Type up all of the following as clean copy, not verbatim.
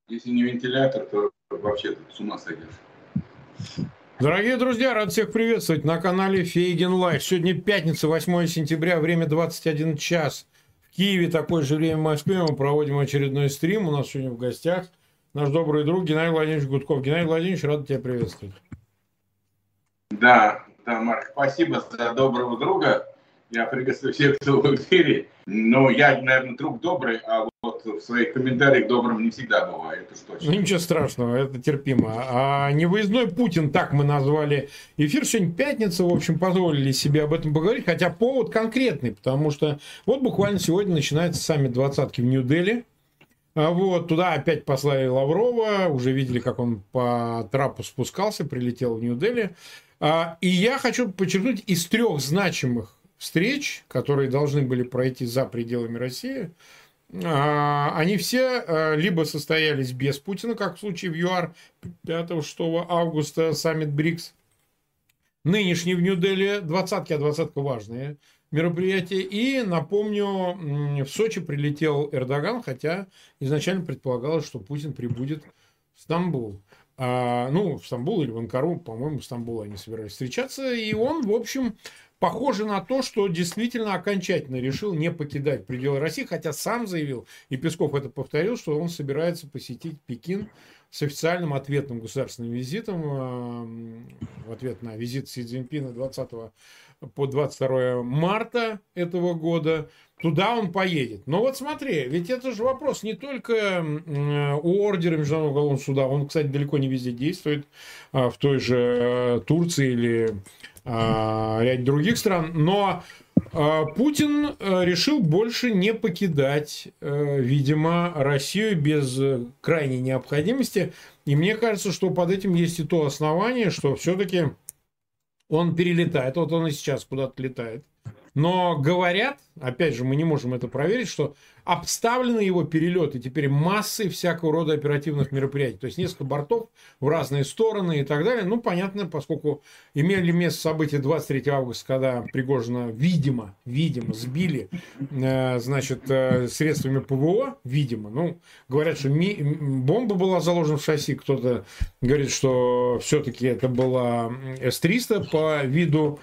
Если не вентилятор, то вообще тут с ума сойдешь. Дорогие друзья, рад всех приветствовать на канале Фейгин Лайф. Сегодня пятница, 8 сентября, время 21 час. В Киеве такое же время в Москве. Мы проводим очередной стрим. У нас сегодня в гостях наш добрый друг Геннадий Владимирович Гудков. Геннадий Владимирович, рад тебя приветствовать. Да, Марк, спасибо за доброго друга. Я приветствую всех, кто в эфире. Но я, наверное, друг добрый, а вот в своих комментариях добрым не всегда бываю, это что точно. Ну, ничего страшного, это терпимо. А невыездной Путин, так мы назвали эфир. Сегодня пятница, в общем, позволили себе об этом поговорить. Хотя повод конкретный, потому что вот буквально сегодня начинается саммит двадцатки в Нью-Дели. Вот, туда опять послали Лаврова, уже видели, как он по трапу спускался, прилетел в Нью-Дели. И я хочу подчеркнуть, из трех значимых встреч, которые должны были пройти за пределами России, они все либо состоялись без Путина, как в случае в ЮАР 5-6 августа, саммит БРИКС, нынешний в Нью-Дели, двадцатка важные мероприятие. И, напомню, в Сочи прилетел Эрдоган, хотя изначально предполагалось, что Путин прибудет в Стамбул. В Стамбул или в Анкару, по-моему, в Стамбул они собирались встречаться. И он, в общем, похоже на то, что действительно окончательно решил не покидать пределы России, хотя сам заявил, и Песков это повторил, что он собирается посетить Пекин с официальным ответным государственным визитом в ответ на визит Си Цзиньпина 20 по 22 марта этого года. Туда он поедет. Но вот смотри, ведь это же вопрос не только у ордера Международного уголовного суда. Он, кстати, далеко не везде действует. В той же Турции или ряде других стран. Но Путин решил больше не покидать, видимо, Россию без крайней необходимости. И мне кажется, что под этим есть и то основание, что все-таки он перелетает. Вот он и сейчас куда-то летает. Но говорят, опять же, мы не можем это проверить, что обставлены его перелеты теперь массой всякого рода оперативных мероприятий. То есть несколько бортов в разные стороны и так далее. Ну, понятно, поскольку имели место события 23 августа, когда Пригожина, видимо, сбили, средствами ПВО, видимо. Ну, говорят, что бомба была заложена в шасси. Кто-то говорит, что все-таки это была С-300 по виду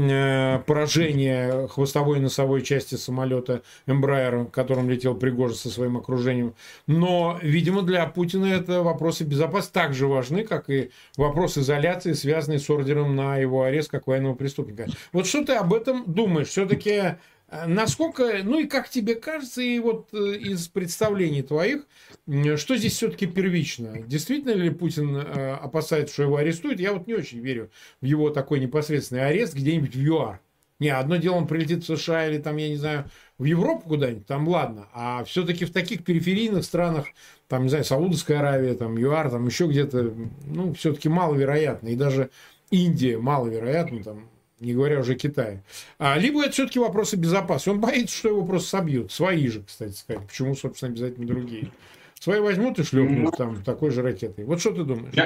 поражения хвостовой и носовой части самолета Embraer, которым летел Пригожин со своим окружением. Но, видимо, для Путина это вопросы безопасности так же важны, как и вопрос изоляции, связанный с ордером на его арест как военного преступника. Вот что ты об этом думаешь? Все-таки насколько, ну и как тебе кажется, и вот из представлений твоих, что здесь все-таки первично? Действительно ли Путин опасается, что его арестуют? Я вот не очень верю в его такой непосредственный арест где-нибудь в ЮАР. Не, одно дело, он прилетит в США или там, я не знаю, в Европу куда-нибудь, там ладно. А все-таки в таких периферийных странах, там, не знаю, Саудовская Аравия, там, ЮАР, там еще где-то, ну, все-таки маловероятно. И даже Индия маловероятно, там, не говоря уже о Китае. Либо это все-таки вопросы безопасности. Он боится, что его просто собьют. Свои же, кстати сказать. Почему, собственно, обязательно другие? Свои возьмут и шлепнут там такой же ракетой. Вот что ты думаешь?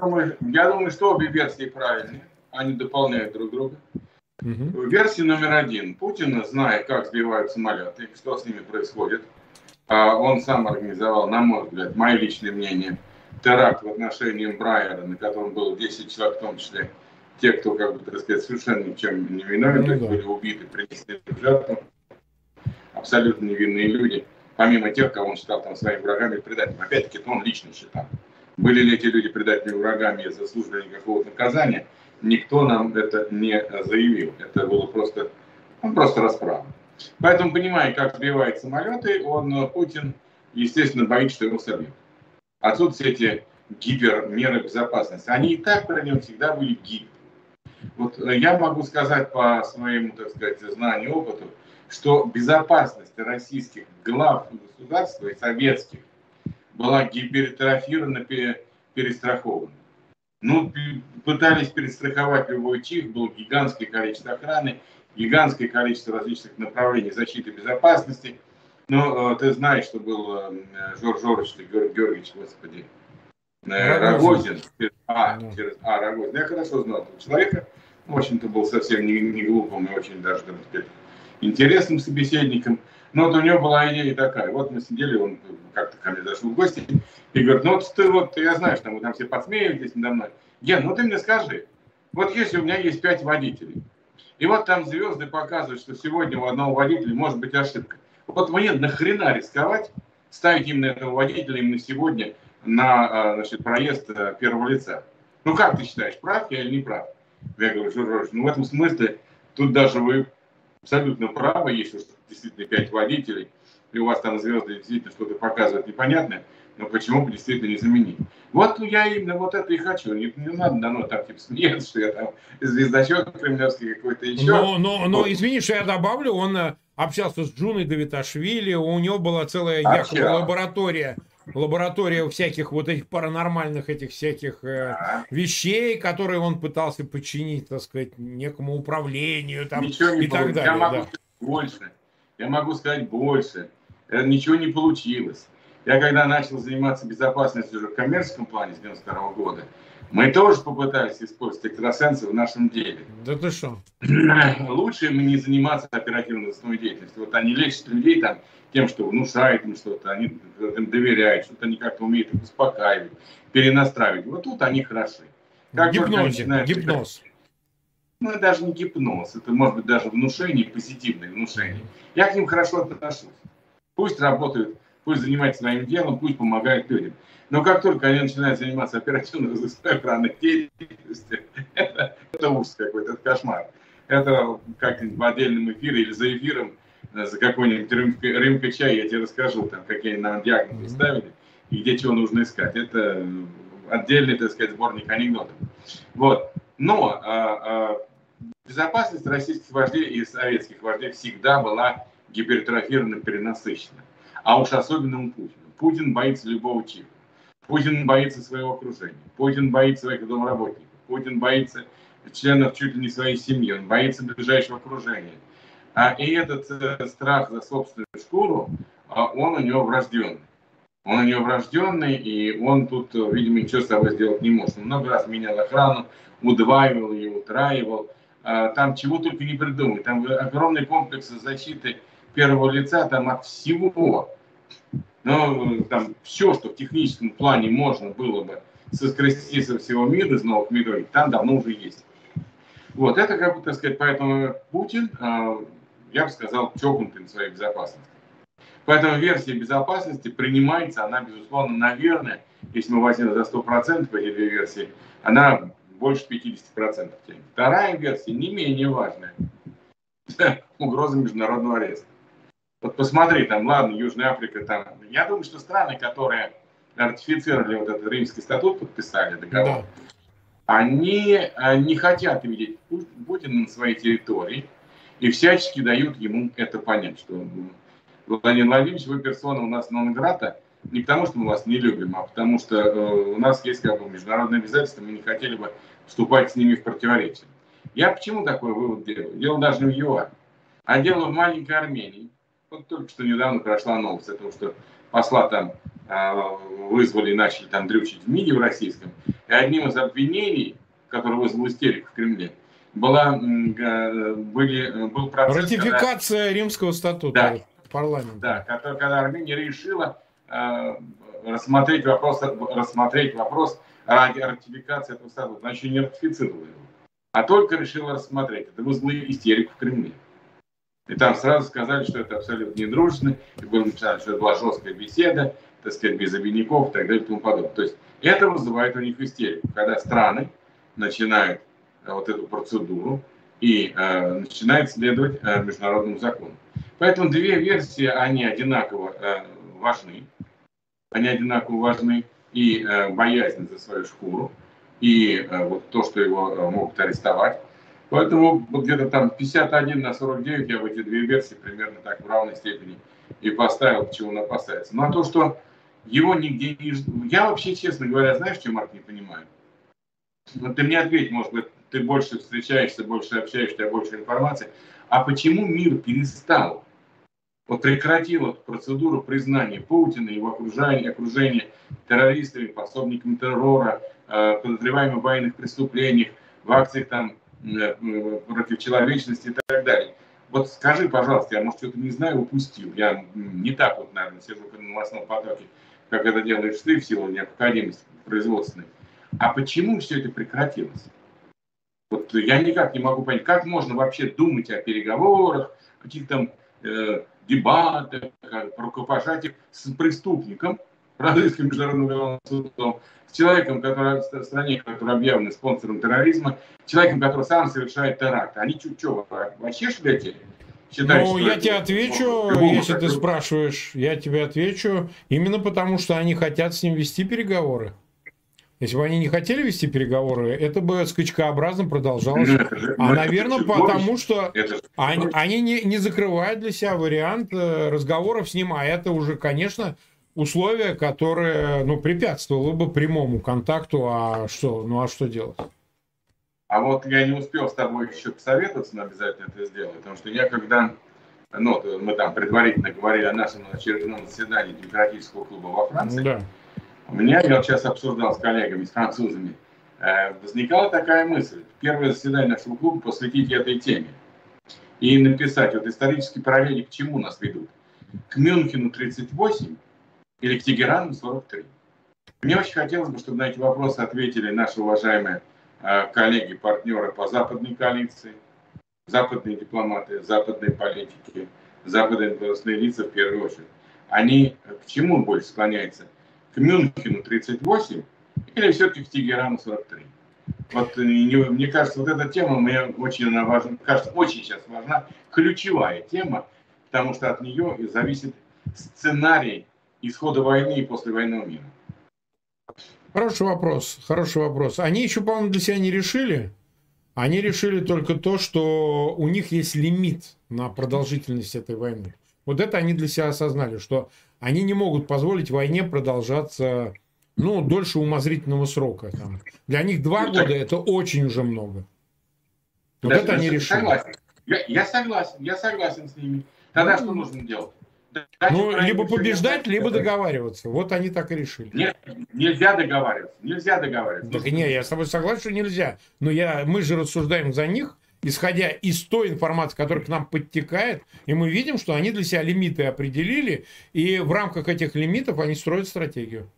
Я думаю, что обе версии правильные. Они дополняют друг друга. Версия номер один. Путин, зная, как сбивают самолеты, что с ними происходит, он сам организовал, на мой взгляд, мое личное мнение, теракт в отношении Эмбрайера, на котором было 10 человек, в том числе те, кто, как бы, так сказать, совершенно ни в чем не виновен, то есть были убиты, принесли в жертву, абсолютно невинные люди, помимо тех, кого он считал там своими врагами и предателями. Опять-таки, это он лично считал. Были ли эти люди предателями врагами и заслуживали какого-то наказания, никто нам это не заявил. Это было просто расправа. Поэтому, понимая, как сбивают самолеты, Путин, естественно, боится, что его собьют. Отсюда все эти гипермеры безопасности. Они и так при нем всегда были гибкими. Вот я могу сказать по своему, так сказать, знанию и опыту, что безопасность российских глав государства и советских была гипертрофирована, перестрахована. Ну, пытались перестраховать любой чих, было гигантское количество охраны, гигантское количество различных направлений защиты безопасности. Но ты знаешь, что был Жорж Георгиевич, господи, Рогозин. Рогозин. Я хорошо знал этого человека. В общем-то, был совсем не глупым и очень даже, так сказать, интересным собеседником. Но вот у него была идея такая. Вот мы сидели, он как-то ко мне зашел в гости и говорит, ну вот ты вот, я знаю, что мы там все подсмеиваетесь надо мной. Ген, ну ты мне скажи, вот если у меня есть 5 водителей, и вот там звезды показывают, что сегодня у одного водителя может быть ошибка. Вот мне нахрена рисковать, ставить именно этого водителя именно сегодня на, значит, проезд первого лица? Ну как ты считаешь, прав я или не прав? Я говорю, Жорж, ну в этом смысле тут даже вы абсолютно правы, если действительно 5 водителей, и у вас там звезды действительно что-то показывают непонятное, но почему бы действительно не заменить? Вот я именно вот это и хочу. Не надо давно там типа смеяться, что я там звездочет кремлевский какой-то еще. Но извини, что я добавлю, он общался с Джуной Давиташвили, у него была целая якобы лаборатория всяких вот этих паранормальных этих всяких вещей, которые он пытался подчинить, так сказать, некому управлению там, и так далее. Я могу сказать больше. Ничего не получилось. Я когда начал заниматься безопасностью уже в коммерческом плане с 92 года, мы тоже попытались использовать экстрасенсов в нашем деле. Да ты что? Лучше мне не заниматься оперативно-розыскной деятельностью. Вот они лечат людей там тем, что внушают им что-то, они им доверяют, что-то они как-то умеют их успокаивать, перенастраивать. Вот тут они хороши. Гипноз. Ну, это даже не гипноз, это может быть даже внушение, позитивное внушение. Я к ним хорошо отношусь. Пусть работают, пусть занимаются своим делом, пусть помогают людям. Но как только они начинают заниматься оперативно-розыскной охранной деятельностью, это ужас какой-то, это кошмар. Это как-нибудь в отдельном эфире или за эфиром, за какой-нибудь рюмкой чая я тебе расскажу, там, какие нам диагнозы ставили и где чего нужно искать. Это отдельный, так сказать, сборник анекдотов. Вот. Но безопасность российских вождей и советских вождей всегда была гипертрофирована, перенасыщена. А уж особенно у Путина. Путин боится любого чипа. Путин боится своего окружения. Путин боится своих домработников. Путин боится членов чуть ли не своей семьи. Он боится ближайшего окружения. И этот страх за собственную шкуру, он у него врожденный. Он у него врожденный, и он тут, видимо, ничего с собой сделать не может. Он много раз менял охрану, удваивал ее, утраивал. Там чего только не придумали. Там огромный комплекс защиты первого лица, там от всего. Ну, там все, что в техническом плане можно было бы соскрести со всего мира, из новых миров, там давно уже есть. Вот, это, как бы, так сказать, поэтому Путин, я бы сказал, чокнутый на своей безопасности. Поэтому версия безопасности принимается, она, безусловно, наверное, если мы возьмем за 100% эти две версии, она больше 50% тянет. Вторая версия не менее важная. Угроза международного ареста. Вот посмотри, там, ладно, Южная Африка, там, я думаю, что страны, которые ратифицировали вот этот Римский статут, подписали договор, они не хотят видеть Путина на своей территории и всячески дают ему это понять, что Владимир Владимирович, вы персона у нас нон-грата, не потому что мы вас не любим, а потому что у нас есть как бы международные обязательства, мы не хотели бы вступать с ними в противоречие. Я почему такой вывод делаю? Дело даже не в ЮАР, а дело в маленькой Армении. Вот только что недавно прошла новость о том, что посла там вызвали и начали там дрючить в МИДе в российском. И одним из обвинений, который вызвал истерику в Кремле, был процесс... Ратификация Римского статута в парламенте. Да, когда Армения решила рассмотреть вопрос ради ратификации этого статута. Она еще не ратифицировала его, а только решила рассмотреть. Это вызвало истерику в Кремле. И там сразу сказали, что это абсолютно недружественно, и было написано, что это была жесткая беседа, так сказать, без обиняков и так далее и тому подобное. То есть это вызывает у них истерику, когда страны начинают вот эту процедуру и начинают следовать международному закону. Поэтому две версии, они одинаково важны. Они одинаково важны. И боязнь за свою шкуру, и вот то, что его могут арестовать. Поэтому вот где-то там 51/49 я в эти две версии примерно так в равной степени и поставил, чего он опасается. Ну а то, что его нигде не ждут. Я вообще, честно говоря, знаешь, что, Марк, не понимаю? Ну, ты мне ответь, может быть, ты больше встречаешься, больше общаешься, у тебя больше информации. А почему мир перестал? Вот прекратил эту процедуру признания Путина, его окружения террористами, пособниками террора, подозреваемыми в военных преступлениях, в акциях там против человечности и так далее. Вот скажи, пожалуйста, я, может, что-то не знаю, упустил. Я не так вот, наверное, сижу на новостном потоке, как это делаешь ты в силу необходимости производственной. А почему все это прекратилось? Вот я никак не могу понять, как можно вообще думать о переговорах, каких-то дебатах, рукопожатиях с преступником, разыском международным уголовным судом, с человеком, который в стране, который объявлен спонсором терроризма, человеком, который сам совершает теракт. Они что, вообще шляти? Ну, я тебе отвечу, если ты спрашиваешь, я тебе отвечу, именно потому, что они хотят с ним вести переговоры. Если бы они не хотели вести переговоры, это бы скачкообразно продолжалось. Наверное, потому что они не закрывают для себя вариант разговоров с ним, а это уже, конечно, условие, которое препятствовало бы прямому контакту. А что делать? А вот я не успел с тобой еще посоветоваться, но обязательно это сделаю, потому что я когда, мы там предварительно говорили о нашем очередном заседании демократического клуба во Франции, да. я вот сейчас обсуждал с коллегами, с французами, возникала такая мысль, первое заседание нашего клуба посвятить этой теме и написать вот исторические параллели, к чему нас ведут, к Мюнхену 38 или к Тегерану 43. Мне очень хотелось бы, чтобы на эти вопросы ответили наши уважаемые коллеги, партнеры по западной коалиции, западные дипломаты, западные политики, западные должностные лица в первую очередь. Они к чему больше склоняются? К Мюнхену 38 или все-таки к Тегерану 43? Вот мне кажется, вот эта тема мне очень важна, кажется, очень сейчас важна, ключевая тема, потому что от нее зависит сценарий исхода войны и послевоенного мира. Хороший вопрос. Они еще, по-моему, для себя не решили. Они решили только то, что у них есть лимит на продолжительность этой войны. Вот это они для себя осознали, что они не могут позволить войне продолжаться, дольше умозрительного срока. Там. Для них 2 года это очень уже много. Вот это они решили. Согласен. Я согласен с ними. Тогда что нужно делать? Либо побеждать, либо договариваться. Вот они так и решили. Нет, нельзя договариваться. Так нет, я с тобой согласен, что нельзя. Но мы же рассуждаем за них, исходя из той информации, которая к нам подтекает, и мы видим, что они для себя лимиты определили, и в рамках этих лимитов они строят стратегию.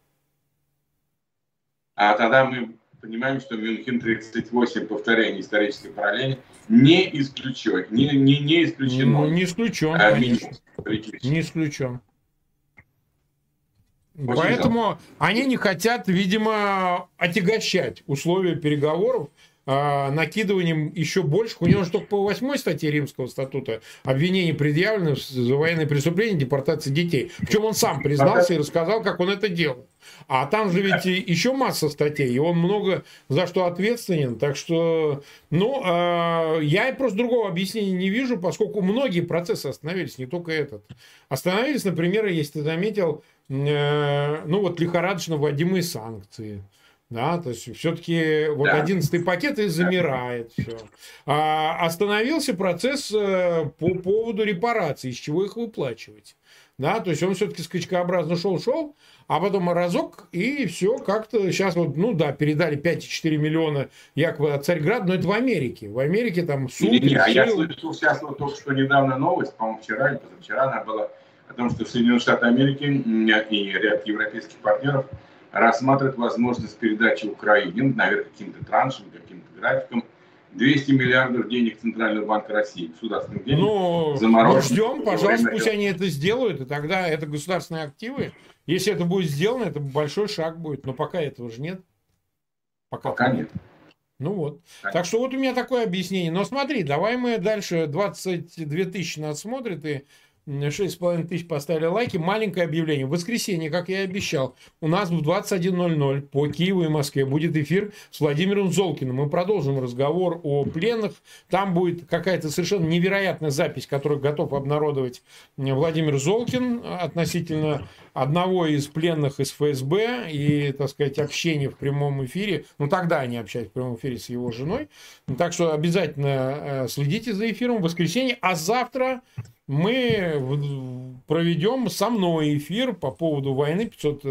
А тогда мы понимаем, что Мюнхен 38, повторение исторической параллели, не исключено. Не исключено. Не исключен. Не исключен. Очень Поэтому они не хотят, видимо, отягощать условия переговоров накидыванием еще больше. У него же только по 8 статье Римского статута обвинение предъявлено за военные преступления, депортации детей. В чем он сам признался и рассказал, как он это делал. А там же ведь еще масса статей, и он много за что ответственен. Так что, я просто другого объяснения не вижу, поскольку многие процессы остановились, не только этот. Остановились, например, если ты заметил, лихорадочно вводимые санкции. Да, то есть все-таки 11-й пакет и замирает все. Остановился процесс по поводу репараций, из чего их выплачивать. Да, то есть он все-таки скачкообразно шел, а потом разок, и все как-то сейчас передали 5,4 миллиона якобы от Царьграда, но это в Америке. В Америке там суд... Я слышал сейчас только что недавно новость, по-моему, вчера или позавчера она была, о том, что Соединенные Штаты Америки и ряд европейских партнеров рассматривают возможность передачи Украине, наверное, каким-то траншем, каким-то графиком, 200 миллиардов денег Центрального банка России, государственных денег. Мы ждем, пожалуйста, пусть они это сделают, и тогда это государственные активы. Если это будет сделано, это большой шаг будет, но пока этого же нет. Пока нет. Так что вот у меня такое объяснение. Но смотри, давай мы дальше, 22 тысячи нас смотрят, и 6,5 тысяч поставили лайки. Маленькое объявление. В воскресенье, как я и обещал, у нас в 21:00 по Киеву и Москве будет эфир с Владимиром Золкиным. Мы продолжим разговор о пленных. Там будет какая-то совершенно невероятная запись, которую готов обнародовать Владимир Золкин относительно одного из пленных из ФСБ и, так сказать, общение в прямом эфире. Тогда они общались в прямом эфире с его женой. Так что обязательно следите за эфиром в воскресенье. А завтра мы проведем со мной эфир по поводу войны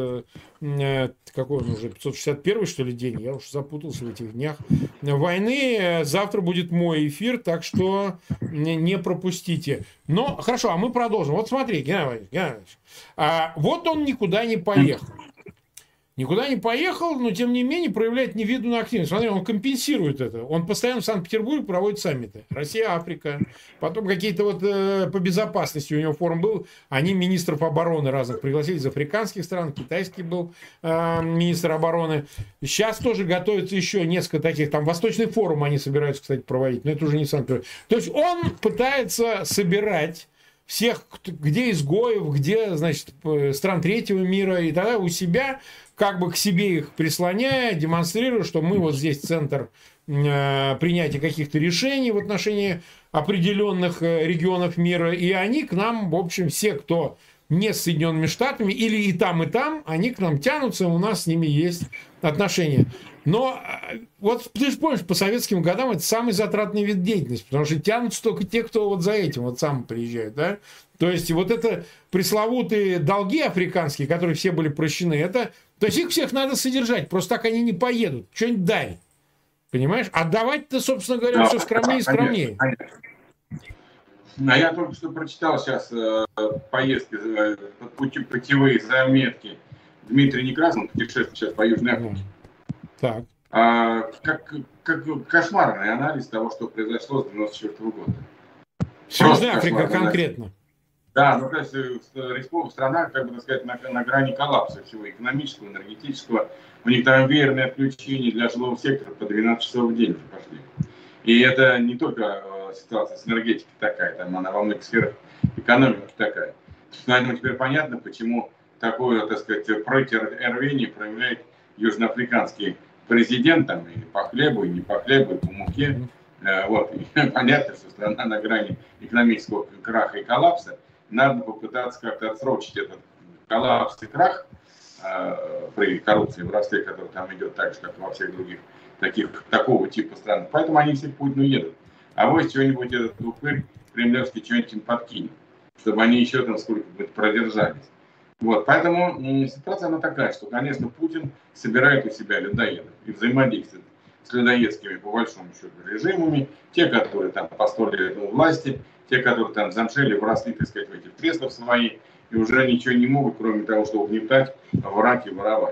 561 что ли день, я уж запутался в этих днях войны. Завтра будет мой эфир, так что не пропустите. Но хорошо, а мы продолжим. Вот смотри, Геннадий Владимирович, вот он никуда не поехал. Никуда не поехал, но тем не менее проявляет невиданную активность. Смотри, он компенсирует это. Он постоянно в Санкт-Петербурге проводит саммиты. Россия, Африка. Потом какие-то вот по безопасности у него форум был. Они министров обороны разных пригласили из африканских стран. Китайский был министр обороны. Сейчас тоже готовится еще несколько таких. Там Восточный форум они собираются, кстати, проводить. Но это уже не Санкт-Петербург. То есть он пытается собирать всех, где изгоев, где, значит, стран третьего мира, и тогда у себя, как бы к себе их прислоняя, демонстрируя, что мы вот здесь центр принятия каких-то решений в отношении определенных регионов мира, и они к нам, в общем, все, кто не с Соединенными Штатами, или и там, они к нам тянутся, у нас с ними есть отношения. Но вот ты же помнишь, по советским годам это самый затратный вид деятельности, потому что тянутся только те, кто вот за этим вот сам приезжает, да? То есть вот это пресловутые долги африканские, которые все были прощены, это, то есть их всех надо содержать, просто так они не поедут, что-нибудь дай, понимаешь? А давать-то, собственно говоря, все скромнее и скромнее. А я только что прочитал сейчас поездки, путевые заметки Дмитрия Некрасова, путешествует сейчас по Южной Африке. Так. Как кошмарный анализ того, что произошло с 1994 года. Южная Африка конкретно. Да, ну то есть страна, как бы так сказать, на грани коллапса всего экономического, энергетического. У них там веерные отключения для жилого сектора по 12 часов в день уже пошли. И это не только ситуация с энергетикой такая, там она во многих сферах экономики такая. Поэтому теперь понятно, почему такое, так сказать, рвение проявляет южноафриканский президент, там, и по хлебу, и не по хлебу, и по муке. Вот. И понятно, что страна на грани экономического краха и коллапса. Надо попытаться как-то отсрочить этот коллапс и крах при коррупции и воровстве, который там идет так же, как и во всех других такого типа стран. Поэтому они все к Путину едут. А вот что-нибудь этот упырь кремлевский что-нибудь им подкинет, чтобы они еще там сколько-нибудь продержались. Вот, поэтому ситуация она такая, что, конечно, Путин собирает у себя людоедов и взаимодействует с людоедскими, по большому счету, режимами, те, которые там по 100 лет у власти, те, которые там замшели, вросли, так сказать, в эти кресла свои, и уже ничего не могут, кроме того, чтобы угнетать, врать и воровать.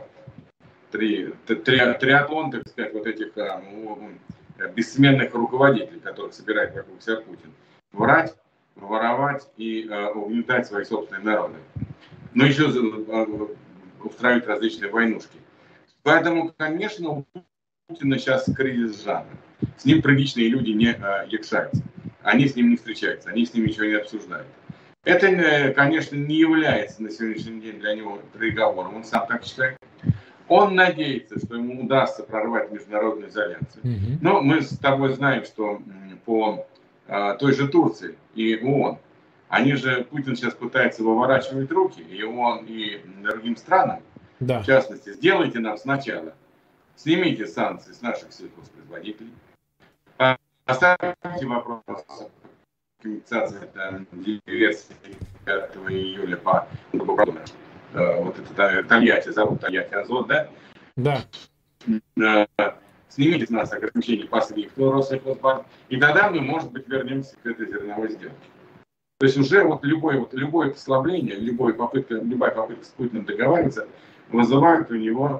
Триатлон, так сказать, вот этих бессменных руководителей, которых собирает вокруг себя Путин. Врать, воровать и угнетать свои собственные народы. Но еще устраивать различные войнушки. Поэтому, конечно, у Путина сейчас кризис жанра. С ним приличные люди не якшаются. Они с ним не встречаются, они с ним ничего не обсуждают. Это, конечно, не является на сегодняшний день для него приговором, он сам так считает. Он надеется, что ему удастся прорвать международную изоляцию. Но мы с тобой знаем, что по той же Турции и ООН, Путин сейчас пытается выворачивать руки, и ООН, и другим странам, в частности, сделайте нам сначала, снимите санкции с наших сельхозпроизводителей, поставьте вопрос компенсации версии 5 июля по вот это Тольятти, зовут Тольятти Азот, да? Да. Снимите с нас ограничения по свифту, Россельхозбанк, и тогда мы, может быть, вернемся к этой зерновой сделке. То есть уже вот любое послабление, любая попытка с Путиным договариваться вызывает у него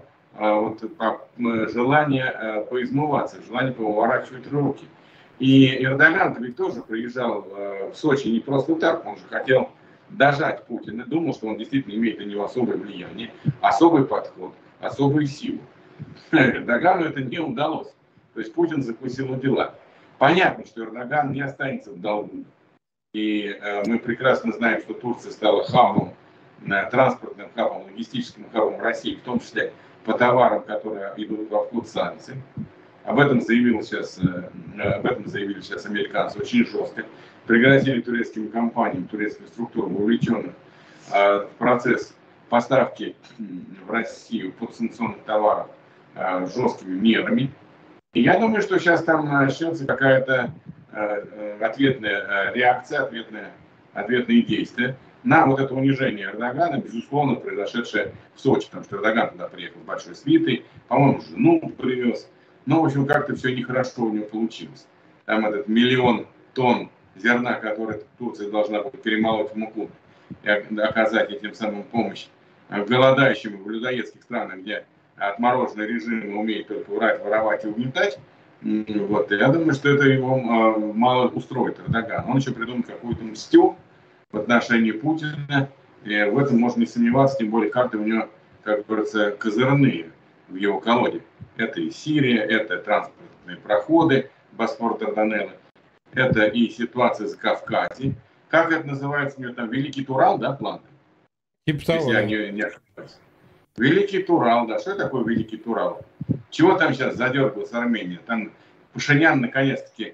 желание поизмываться, желание поворачивать руки. И Эрдоган ведь тоже приезжал в Сочи не просто так, он же хотел дожать Путина, думал, что он действительно имеет на него особое влияние, особый подход, особую силу. Эрдогану это не удалось. То есть Путин закусил дела. Понятно, что Эрдоган не останется в долгу. И мы прекрасно знаем, что Турция стала хабом, транспортным хабом, логистическим хабом России, в том числе по товарам, которые идут во вход санкций. Об этом заявили сейчас американцы очень жестко. Пригрозили турецким компаниям, турецким структурам, вовлеченным в процесс поставки в Россию подсанкционных товаров жесткими мерами. И я думаю, что сейчас там начнется какая-то ответная реакция, ответные действия. на вот это унижение Эрдогана, безусловно, произошедшее в Сочи, потому что Эрдоган туда приехал с большой свитой, по-моему, жену привез. Но, в общем, как-то все нехорошо у него получилось. Там этот 1 000 000 тонн зерна, которое Турция должна была перемолоть в муку и оказать этим самым помощь голодающим в людоедских странах, где отмороженный режим умеет только врать, воровать и угнетать. Вот. Я думаю, что это его мало устроит Эрдоган. Он еще придумает какую-то мстю в отношении Путина. И в этом можно не сомневаться, тем более карты у него, как говорится, козырные в его колоде. Это и Сирия, это транспортные проходы, Босфор-Дарданеллы, это и ситуация за Кавказе. Как это называется у него там? Великий Турал, да, план? Типа того, если я не ошибаюсь. Великий Турал, да. Что такое Великий Турал? Чего там сейчас задергалась Армения? Там Пашинян наконец-таки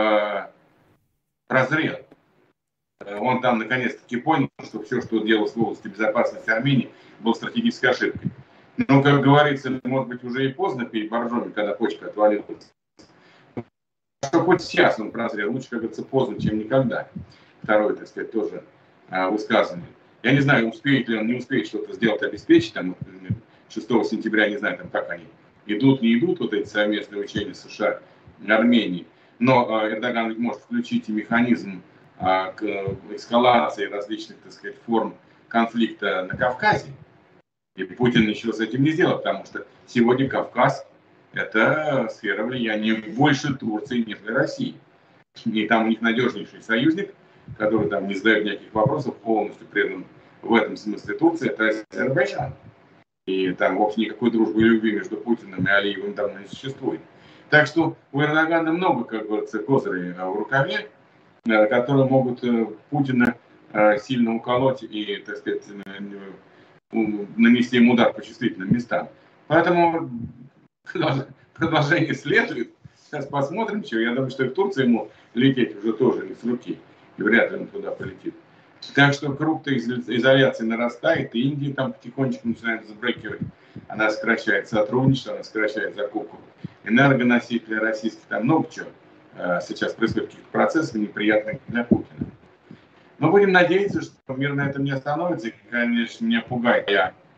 прозрел. Он там наконец-таки понял, что все, что делалось в области безопасности Армении, было стратегической ошибкой. Но, как говорится, может быть, уже и поздно перед боржоми, когда почка отвалилась. Что хоть сейчас он прозрел, лучше, как говорится, поздно, чем никогда. Второе, так сказать, тоже высказывание. Я не знаю, успеет ли он, не успеет что-то сделать, обеспечить. Там, 6 сентября, не знаю, там, как они идут, не идут, вот эти совместные учения США и Армении. Но Эрдоган может включить и механизм к эскалации различных, так сказать, форм конфликта на Кавказе. И Путин ничего с этим не сделал, потому что сегодня Кавказ – это сфера влияния больше Турции, нежели России. И там у них надежнейший союзник, который там не задает никаких вопросов, полностью предан в этом смысле Турции, это Азербайджан. И там вовсе никакой дружбы и любви между Путиным и Алиевым давно не существует. Так что у Эрдогана много, как говорится, козырей в рукаве, которые могут Путина сильно уколоть и, так сказать, нанести ему удар по чувствительным местам. Поэтому продолжение следует. Сейчас посмотрим, что. Я думаю, что и в Турции ему лететь уже тоже не с руки. И вряд ли он туда полетит. Так что круг-то изоляции нарастает, и Индия там потихонечку начинает забрекивать. Она сокращает сотрудничество, она сокращает закупку энергоносителей российских. Там много чего сейчас происходит, каких-то процессов неприятных для Путина. Но будем надеяться, что мир на этом не остановится. И, конечно, меня пугает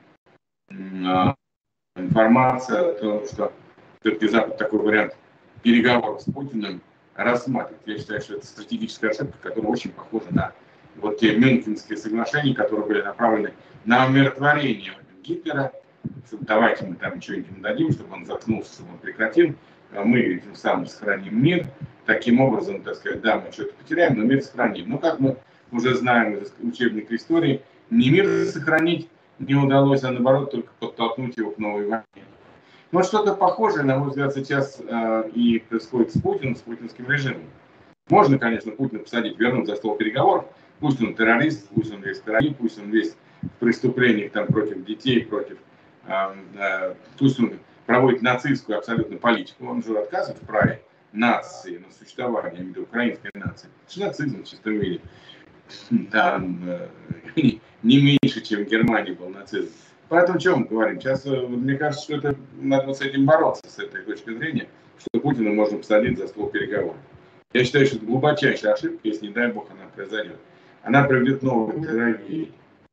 информация о том, что все-таки Запад такой вариант переговоров с Путиным рассматривает. Я считаю, что это стратегическая ошибка, которая очень похожа на вот те Мюнхенские соглашения, которые были направлены на умиротворение Гитлера. Давайте мы там что-нибудь ему дадим, чтобы он заткнулся, чтобы он прекратил. Мы этим самым сохраним мир. Таким образом, так сказать, да, мы что-то потеряем, но мир сохраним. Но как мы уже знаем из учебника истории, не мир сохранить не удалось, а наоборот только подтолкнуть его к новой войне. Но что-то похожее, на мой взгляд, сейчас и происходит с Путиным, с путинским режимом. Можно, конечно, Путина посадить, вернуть за стол переговоров. Пусть он террорист, пусть он весь террорист, пусть он весь в преступлениях там, против детей, против... пусть он проводит нацистскую абсолютно политику. Он же отказывает в праве нации на существование, я имею в виду украинской нации. Это нацизм в чистом виде. Там не меньше, чем в Германии был нацизм. Поэтому о чем мы говорим? Сейчас, мне кажется, что это надо с этим бороться, с этой точки зрения, что Путина можно посадить за стол переговоров. Я считаю, что это глубочайшая ошибка, если, не дай бог, она произойдет. Она приведет к новой трагедии.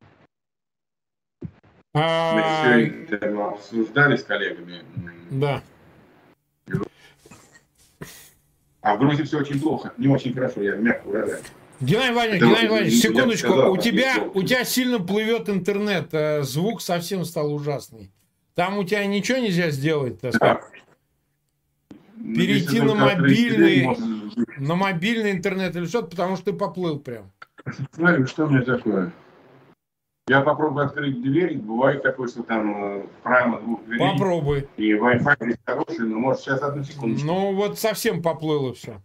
Мы сегодня обсуждали с коллегами. Да. А в Грузии все очень плохо, не очень хорошо, я мягко выражаюсь. Геннадий Владимирович, секундочку, у тебя сильно плывет интернет, звук совсем стал ужасный. Там у тебя ничего нельзя сделать, так сказать? Перейти на мобильный интернет или что-то, потому что ты поплыл прям. Смотри, что у меня такое? Я попробую открыть дверь, бывает такое, что там прямо 2 дверей. Попробуй. И Wi-Fi здесь хороший, но может сейчас одну секундочку. Ну вот совсем поплыло все.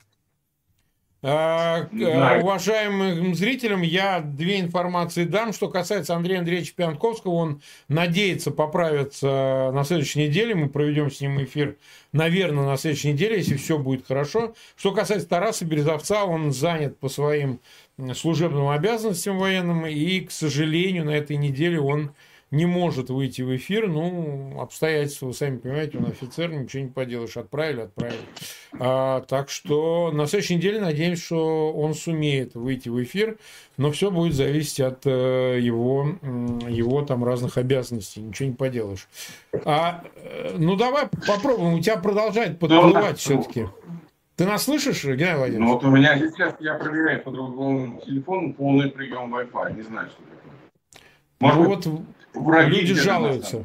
Уважаемым зрителям, я 2 информации дам. Что касается Андрея Андреевича Пьянковского, он надеется поправиться на следующей неделе. Мы проведем с ним эфир, наверное, на следующей неделе, если все будет хорошо. Что касается Тараса Березовца, он занят по своим служебным обязанностям военным, и, к сожалению, на этой неделе он не может выйти в эфир. Ну, обстоятельства, вы сами понимаете, он офицер, ничего не поделаешь. Отправили. Так что на следующей неделе надеемся, что он сумеет выйти в эфир, но все будет зависеть от его там разных обязанностей. Ничего не поделаешь. Ну, давай попробуем. У тебя продолжает подплывать все-таки. Ты нас слышишь, Геннадий Владимирович? Ну, вот у меня сейчас, я проверяю по другому телефону полный прием Wi-Fi. Не знаю, что такое. Может, ну, вот люди жалуются.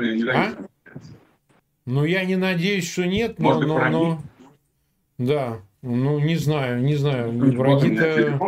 Ну, я не надеюсь, что нет, но да, ну, не знаю. Враги-то...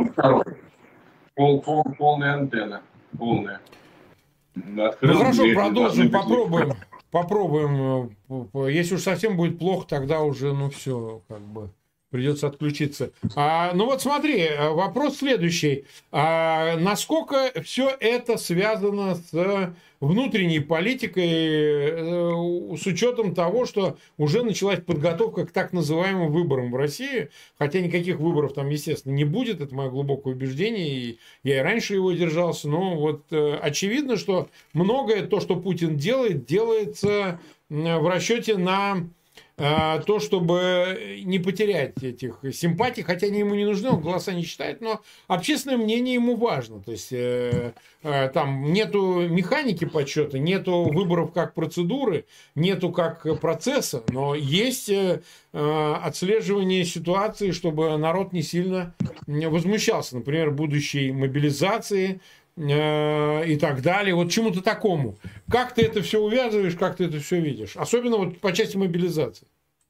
Полная антенна. Полная. Ну, хорошо, продолжим, попробуем. Если уж совсем будет плохо, тогда уже, ну, все, как бы... Придется отключиться. Ну вот смотри, вопрос следующий. Насколько все это связано с внутренней политикой, с учетом того, что уже началась подготовка к так называемым выборам в России, хотя никаких выборов там, естественно, не будет, это мое глубокое убеждение, и я и раньше его держался, но вот очевидно, что многое то, что Путин делает, делается в расчете на... то, чтобы не потерять этих симпатий, хотя они ему не нужны, он голоса не считает, но общественное мнение ему важно. То есть там нету механики подсчета, нету выборов как процедуры, нету как процесса, но есть отслеживание ситуации, чтобы народ не сильно возмущался. Например, будущей мобилизации и так далее, вот чему-то такому. Как ты это все увязываешь, как ты это все видишь? Особенно вот по части мобилизации.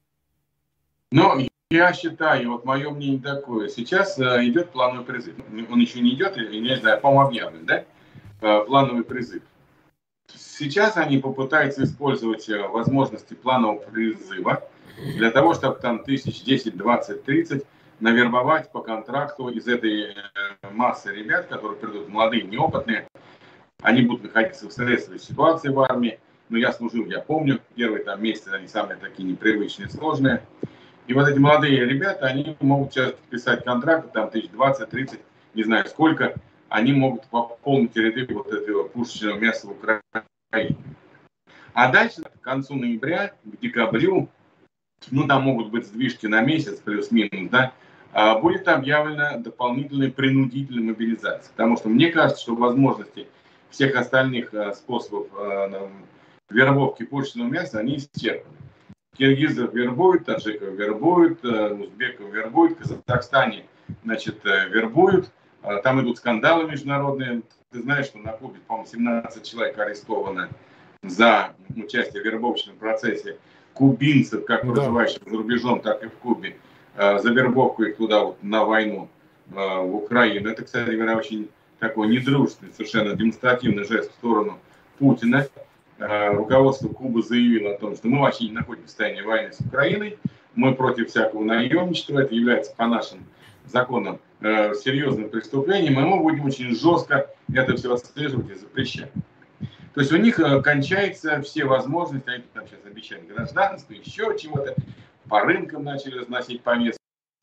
Ну, я считаю, вот мое мнение такое, сейчас идет плановый призыв. Он еще не идет, я не знаю, по-моему, объявлен, да? Плановый призыв. Сейчас они попытаются использовать возможности планового призыва для того, чтобы там 10, 20, 30 навербовать по контракту из этой массы ребят, которые придут, молодые, неопытные. Они будут находиться в стрессовой ситуации в армии. Но я служил, я помню, первые там месяцы они самые такие непривычные, сложные. И вот эти молодые ребята, они могут сейчас подписать контракты, там 20-30, не знаю сколько, они могут пополнить ряды вот этого пушечного мяса в Украине. А дальше, к концу ноября, к декабрю, ну там могут быть сдвижки на месяц, плюс-минус, да, будет объявлена дополнительная принудительная мобилизация. Потому что мне кажется, что возможности всех остальных способов вербовки пушечного мяса, они исчерпаны. Киргизов вербуют, таджиков вербуют, узбеков вербуют, в Казахстане, значит, вербуют. Там идут скандалы международные. Ты знаешь, что на Кубе, по-моему, 17 человек арестовано за участие в вербовочном процессе кубинцев, как проживающих за рубежом, так и в Кубе, за вербовку их туда вот, на войну в Украину. Это, кстати говоря, очень такой недружественный, совершенно демонстративный жест в сторону Путина. Руководство Кубы заявило о том, что мы вообще не находимся в состоянии войны с Украиной, мы против всякого наемничества, это является по нашим законам серьезным преступлением, и мы будем очень жестко это все отслеживать и запрещать. То есть у них кончаются все возможности, они там сейчас обещают гражданство, еще чего-то, по рынкам начали разносить повестки,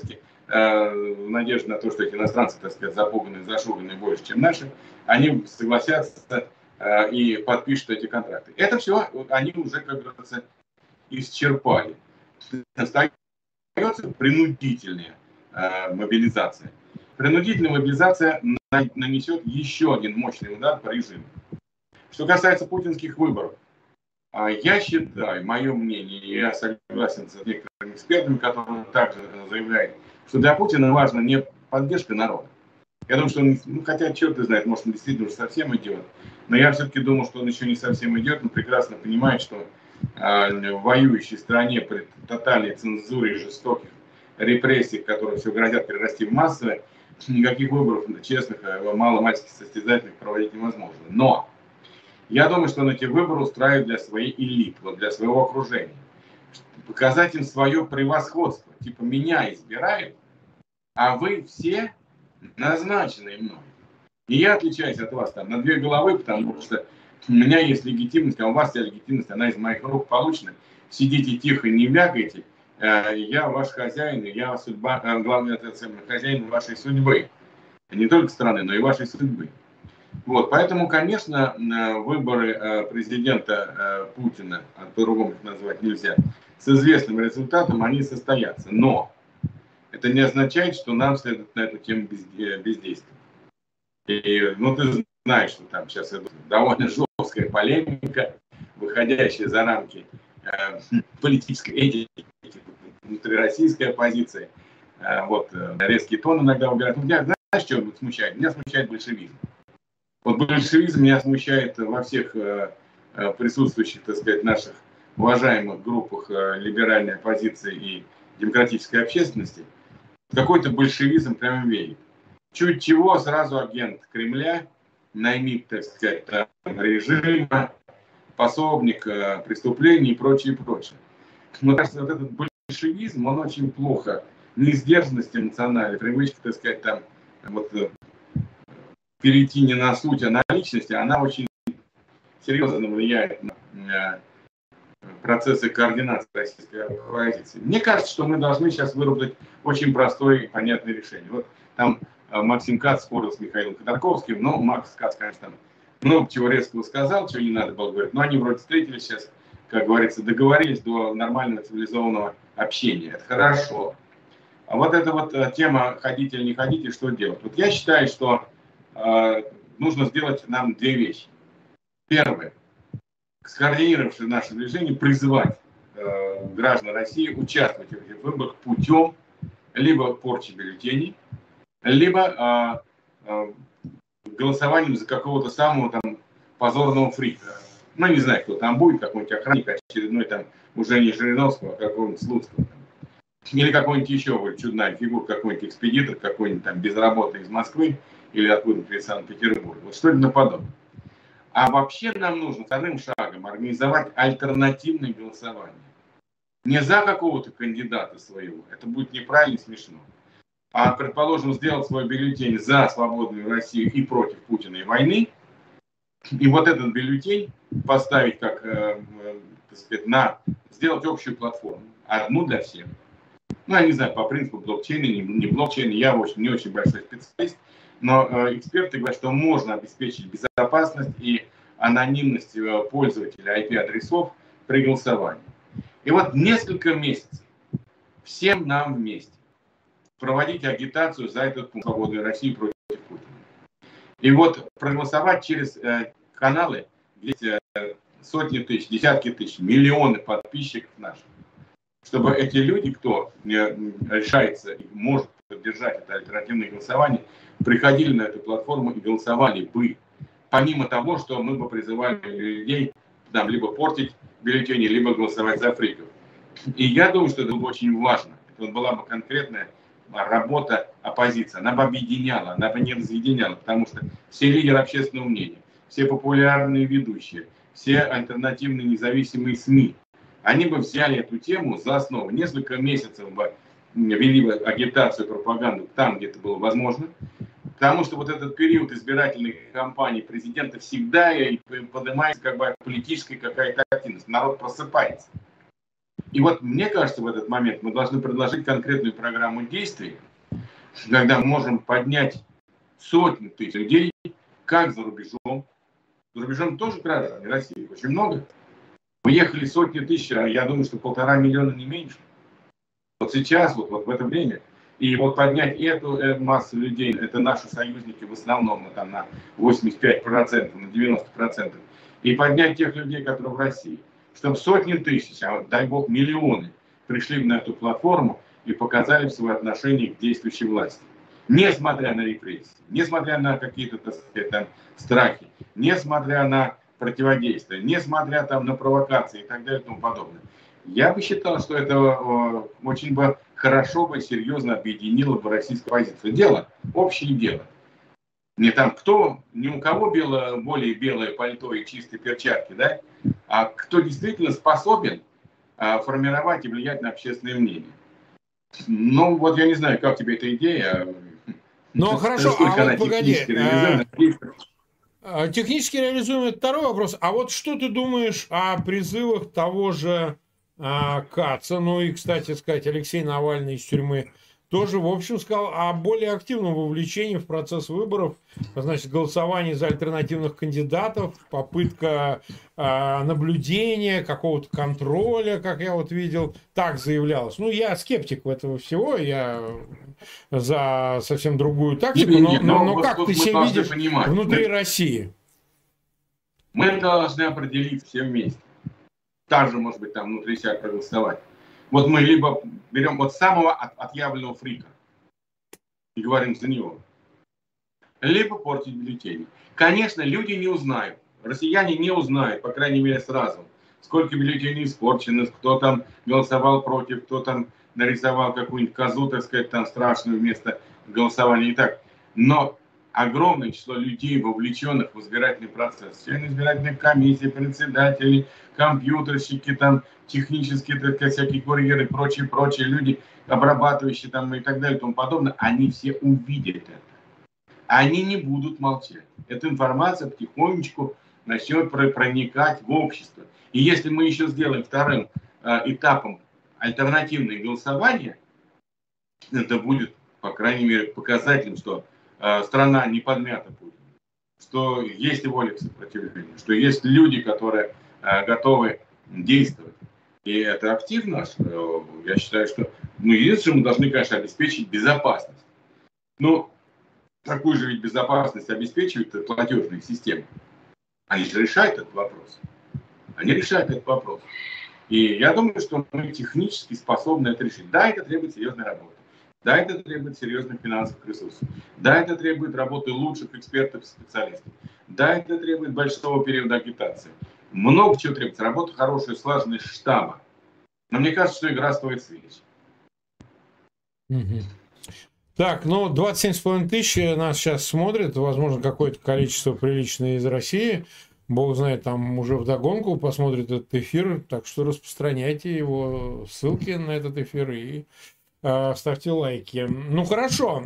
в надежде на то, что эти иностранцы, так сказать, запуганные, зашуганные больше, чем наши, они согласятся и подпишут эти контракты. Это все они уже, как говорится, исчерпали. Остается принудительная мобилизация. Принудительная мобилизация нанесет еще один мощный удар по режиму. Что касается путинских выборов, я считаю, мое мнение, я согласен с некоторыми экспертами, которые также заявляют, что для Путина важна не поддержка народа. Я думаю, что он, хотя черт знает, может, он действительно уже совсем идет, но я все-таки думаю, что он еще не совсем идет, но прекрасно понимает, что в воюющей стране при тотальной цензуре и жестоких репрессиях, которые все грозят перерасти в массовые, никаких выборов честных, маломальски состязательных проводить невозможно. Но я думаю, что он эти выборы устраивает для своей элиты, вот для своего окружения. Показать им свое превосходство. Типа меня избирают, а вы все назначенные мной. И я отличаюсь от вас там на 2 головы, потому что у меня есть легитимность, а у вас вся легитимность, она из моих рук получена. Сидите тихо, не вякайте. Я ваш хозяин, и я судьба, главный хозяин вашей судьбы. Не только страны, но и вашей судьбы. Вот, поэтому, конечно, выборы президента Путина, по-другому их назвать нельзя, с известным результатом, они состоятся. Но это не означает, что нам следует на эту тему бездействовать. И, ну, ты знаешь, что там сейчас довольно жесткая полемика, выходящая за рамки политической этики, внутрироссийской оппозиции. Вот, резкий тон иногда убирают. Меня, знаешь, что смущает? Меня смущает большевизм. Вот большевизм меня смущает во всех присутствующих, так сказать, наших уважаемых группах либеральной оппозиции и демократической общественности. Какой-то большевизм прямо веет. Чуть чего, сразу агент Кремля, наймит, так сказать, режима, пособник преступлений и прочее, прочее. Мне кажется, вот этот большевизм, он очень плохо, несдержанность эмоциональная, привычка, так сказать, там, вот, перейти не на суть, а на личности, она очень серьезно влияет на процессы координации российской оппозиции. Мне кажется, что мы должны сейчас выработать очень простое и понятное решение. Вот там Максим Кац спорил с Михаилом Ходорковским, но Макс Кац, конечно, там много чего резкого сказал, чего не надо было говорить, но они вроде встретились сейчас, как говорится, договорились до нормального цивилизованного общения. Это хорошо. А вот эта вот тема ходить или не ходить, и что делать. Вот я считаю, что нужно сделать нам две вещи. Первое. Скоординировавши наше движение, призывать граждан России участвовать в этих выборах путем либо порчи бюллетеней, либо голосованием за какого-то самого там позорного фрика. Ну, не знаю, кто там будет, какой-нибудь охранник очередной, там, уже не Жириновского, а какого-нибудь Слуцкого. Или какой-нибудь еще вот чудная фигура, какой-нибудь экспедитор, какой-нибудь там безработный из Москвы или откуда-нибудь из Санкт-Петербурга. Вот что-то наподобие. А вообще нам нужно вторым шагом организовать альтернативное голосование. Не за какого-то кандидата своего, это будет неправильно и смешно. А, предположим, сделать свой бюллетень за свободную Россию и против Путина и войны, и вот этот бюллетень поставить как, так сказать, сделать общую платформу, одну для всех. Ну, я не знаю, по принципу блокчейна, не блокчейна, я не очень большой специалист, но эксперты говорят, что можно обеспечить безопасность и анонимность пользователя IP-адресов при голосовании. И вот несколько месяцев всем нам вместе проводить агитацию за этот пункт свободной России против Путина. И вот проголосовать через каналы, где сотни тысяч, десятки тысяч, миллионы подписчиков наших, чтобы эти люди, кто решается и может поддержать это альтернативное голосование, приходили на эту платформу и голосовали бы. Помимо того, что мы бы призывали людей там, либо портить бюллетени, либо голосовать за фриков. И я думаю, что это было очень важно. Это была бы конкретная работа оппозиции. Она бы объединяла, она бы не разъединяла, потому что все лидеры общественного мнения, все популярные ведущие, все альтернативные независимые СМИ, они бы взяли эту тему за основу. Несколько месяцев бы вели бы агитацию, пропаганду там, где это было возможно. Потому что вот этот период избирательной кампании президента всегда и поднимается как бы политическая какая-то активность. Народ просыпается. И вот мне кажется, в этот момент мы должны предложить конкретную программу действий, когда мы можем поднять сотни тысяч людей, как за рубежом. За рубежом тоже граждане России, очень много. Уехали сотни тысяч, а я думаю, что 1,5 миллиона не меньше. Вот сейчас, вот в это время. И вот поднять эту массу людей, это наши союзники в основном там, на 85%, на 90%. И поднять тех людей, которые в России. Чтобы сотни тысяч, а дай бог миллионы, пришли на эту платформу и показали свое отношение к действующей власти. Несмотря на репрессии, несмотря на какие-то, так сказать, там, страхи, несмотря на противодействие, несмотря там, на провокации и так далее и тому подобное. Я бы считал, что это очень бы хорошо бы, серьезно объединило бы российскую позицию. Дело, общее дело. Не там кто, ни у кого более белое пальто и чистые перчатки, да, а кто действительно способен формировать и влиять на общественное мнение. Ну, вот я не знаю, как тебе эта идея. Ну, хорошо, а вот погоди. Технически реализуемый это второй вопрос. А вот что ты думаешь о призывах того же Каца? Ну и, кстати сказать, Алексей Навальный из тюрьмы тоже, в общем, сказал о более активном вовлечении в процесс выборов, значит, голосование за альтернативных кандидатов, попытка наблюдения, какого-то контроля, как я вот видел, так заявлялось. Ну, я скептик в этого всего, я за совсем другую тактику, но как ты себя видишь внутри России? Мы должны определиться все вместе. Также, может быть, там внутри себя проголосовать. Вот мы либо берем вот самого отъявленного фрика и говорим за него, либо портить бюллетени. Конечно, люди не узнают, россияне не узнают, по крайней мере, сразу, сколько бюллетеней испорчено, кто там голосовал против, кто там нарисовал какую-нибудь козу, так сказать, там страшную вместо голосования и так. Но огромное число людей, вовлеченных в избирательный процесс, члены избирательной комиссии, председатели, компьютерщики, там, технические, так сказать, всякие курьеры, прочие люди, обрабатывающие там и так далее и тому подобное, они все увидят это. Они не будут молчать. Эта информация потихонечку начнет проникать в общество. И если мы еще сделаем вторым этапом альтернативное голосование, это будет, по крайней мере, показателем, что страна не подмята будет, что есть воля к сопротивлению, что есть люди, которые готовы действовать. И это активно. Я считаю, что единственное, мы должны, конечно, обеспечить безопасность. Но такую же ведь безопасность обеспечивают платежные системы. Они же решают этот вопрос. Они решают этот вопрос. И я думаю, что мы технически способны это решить. Да, это требует серьезной работы. Да, это требует серьезных финансовых ресурсов. Да, это требует работы лучших экспертов и специалистов. Да, это требует большого периода агитации. Много чего требуется. Работа хорошая, слаженность штаба. Но мне кажется, что игра стоит свеч. Так, 27,5 тысяч нас сейчас смотрит. Возможно, какое-то количество приличное из России. Бог знает, там уже вдогонку посмотрит этот эфир. Так что распространяйте его, ссылки на этот эфир и ставьте лайки. Ну, хорошо.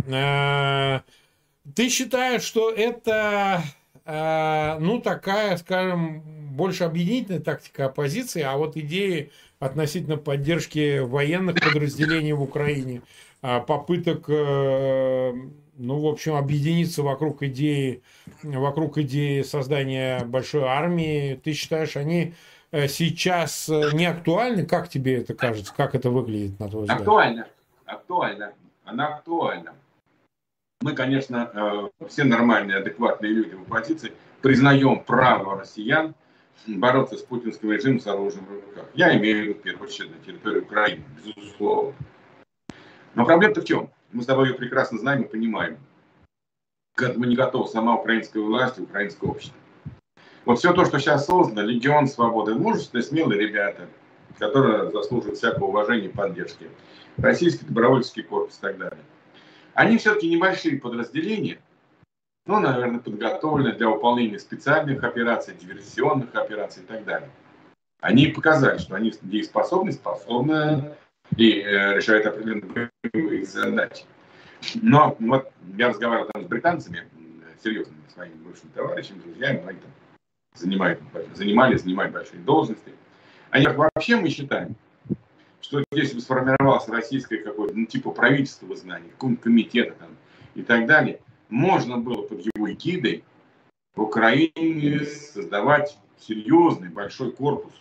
Ты считаешь, что это, такая, скажем, больше объединительная тактика оппозиции, а вот идеи относительно поддержки военных подразделений в Украине, попыток, в общем, объединиться вокруг идеи создания большой армии, ты считаешь, они сейчас не актуальны? Как тебе это кажется? Как это выглядит, на твой взгляд? Актуально. Она актуальна. Мы, конечно, все нормальные, адекватные люди в оппозиции признаем право россиян бороться с путинским режимом с оружием в руках. Я имею в виду, в первую очередь, на территории Украины, безусловно. Но проблема-то в чем? Мы с тобой ее прекрасно знаем и понимаем. К этому не готова сама украинская власть и украинское общество. Вот все то, что сейчас создано, Легион Свободы, мужественные, смелые ребята, которые заслуживают всякого уважения и поддержки, Российский добровольческий корпус и так далее. Они все-таки небольшие подразделения, наверное, подготовлены для выполнения специальных операций, диверсионных операций и так далее. Они показали, что они дееспособны, способны и решают определенные боевые задачи. Но вот я разговаривал там с британцами, серьезными своими бывшими товарищами, друзьями, они там занимают большие должности. Они говорят, вообще мы считаем, что здесь бы сформировалось российское какое-то, типа правительство в изгнании, какого-нибудь комитета там и так далее, можно было под его эгидой в Украине создавать серьезный большой корпус,